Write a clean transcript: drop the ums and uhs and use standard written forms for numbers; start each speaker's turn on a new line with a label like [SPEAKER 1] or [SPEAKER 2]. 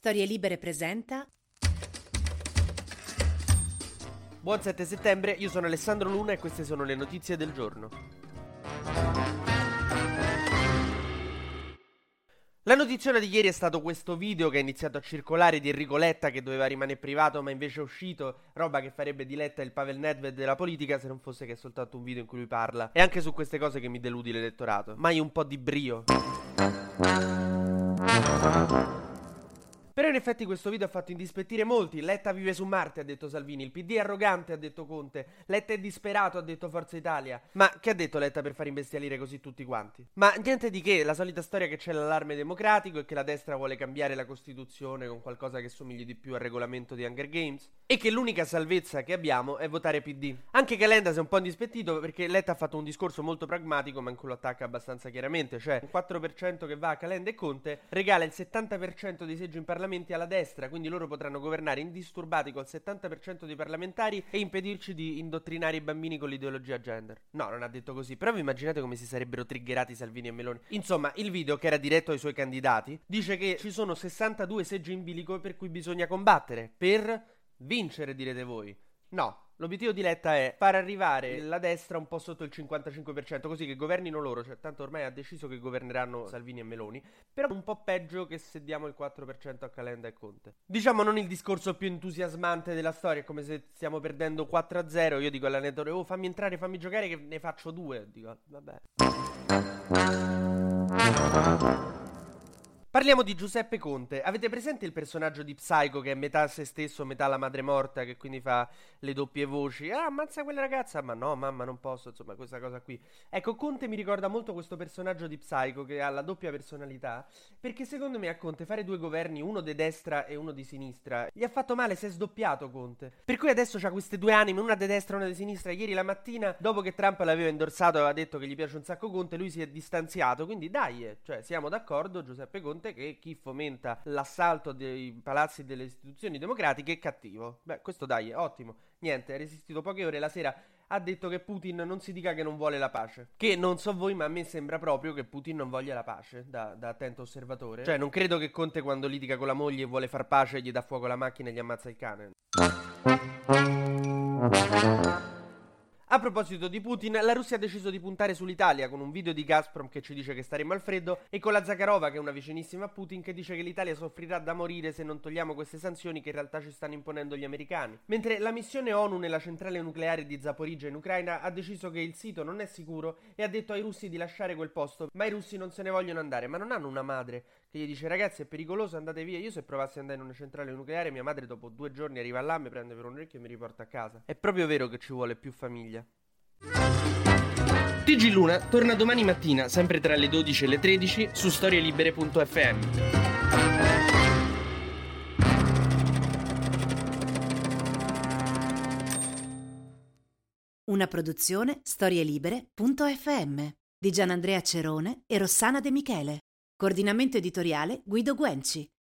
[SPEAKER 1] Storie Libere presenta.
[SPEAKER 2] Buon 7 settembre, io sono Alessandro Luna e queste sono le notizie del giorno. La notizia di ieri è stato questo video che è iniziato a circolare di Enrico Letta che doveva rimanere privato ma invece è uscito, roba che farebbe di Letta il Pavel Nedved della politica se non fosse che è soltanto un video in cui lui parla. E anche su queste cose che mi deludi l'elettorato. Mai un po' di brio. Però in effetti questo video ha fatto indispettire molti. Letta vive su Marte, ha detto Salvini. Il PD è arrogante, ha detto Conte. Letta è disperato, ha detto Forza Italia. Ma che ha detto Letta per far imbestialire così tutti quanti? Ma niente di che, la solita storia che c'è l'allarme democratico e che la destra vuole cambiare la Costituzione con qualcosa che somigli di più al regolamento di Hunger Games. E che l'unica salvezza che abbiamo è votare PD. Anche Calenda si è un po' indispettito perché Letta ha fatto un discorso molto pragmatico ma in cui lo attacca abbastanza chiaramente. Cioè, un 4% che va a Calenda e Conte regala il 70% dei seggi in Parlamento alla destra, quindi loro potranno governare indisturbati col 70% dei parlamentari e impedirci di indottrinare i bambini con l'ideologia gender. No, non ha detto così, però vi immaginate come si sarebbero triggerati Salvini e Meloni. Insomma, il video, che era diretto ai suoi candidati, dice che ci sono 62 seggi in bilico per cui bisogna combattere, per vincere, direte voi. No, l'obiettivo di Letta è far arrivare la destra un po' sotto il 55%, così che governino loro, cioè tanto ormai ha deciso che governeranno Salvini e Meloni, però un po' peggio che se diamo il 4% a Calenda e Conte. Diciamo non il discorso più entusiasmante della storia, è come se stiamo perdendo 4-0, io dico all'allenatore, oh fammi entrare, fammi giocare che ne faccio 2, dico vabbè. Parliamo di Giuseppe Conte. Avete presente il personaggio di Psycho che è metà se stesso, metà la madre morta, che quindi fa le doppie voci? Ah, ammazza quella ragazza! Ma no, mamma, non posso, insomma, questa cosa qui. Ecco, Conte mi ricorda molto questo personaggio di Psycho che ha la doppia personalità, perché secondo me a Conte fare due governi, uno di destra e uno di sinistra, gli ha fatto male, si è sdoppiato Conte. Per cui adesso c'ha queste due anime, una di destra e una di sinistra. Ieri la mattina, dopo che Trump l'aveva endorsato e aveva detto che gli piace un sacco Conte, lui si è distanziato, quindi dai, cioè siamo d'accordo, Giuseppe Conte, che chi fomenta l'assalto dei palazzi delle istituzioni democratiche è cattivo. Beh, questo dai, è ottimo. Niente, ha resistito poche ore, la sera ha detto che Putin non si dica che non vuole la pace. Che non so voi, ma a me sembra proprio che Putin non voglia la pace, da attento osservatore. Cioè, non credo che Conte quando litiga con la moglie e vuole far pace gli dà fuoco alla macchina e gli ammazza il cane. A proposito di Putin, la Russia ha deciso di puntare sull'Italia con un video di Gazprom che ci dice che staremo al freddo e con la Zakharova, che è una vicinissima a Putin, che dice che l'Italia soffrirà da morire se non togliamo queste sanzioni che in realtà ci stanno imponendo gli americani. Mentre la missione ONU nella centrale nucleare di Zaporizhzhia in Ucraina ha deciso che il sito non è sicuro e ha detto ai russi di lasciare quel posto, ma i russi non se ne vogliono andare, ma non hanno una madre che gli dice ragazzi è pericoloso, andate via. Io se provassi ad andare in una centrale nucleare mia madre dopo 2 giorni arriva là, mi prende per un orecchio e mi riporta a casa. È proprio vero che ci vuole più famiglia. TG Luna torna domani mattina, sempre tra le 12 e le 13, su storielibere.fm.
[SPEAKER 1] Una produzione storielibere.fm di Gianandrea Cerone e Rossana De Michele. Coordinamento editoriale Guido Guenci.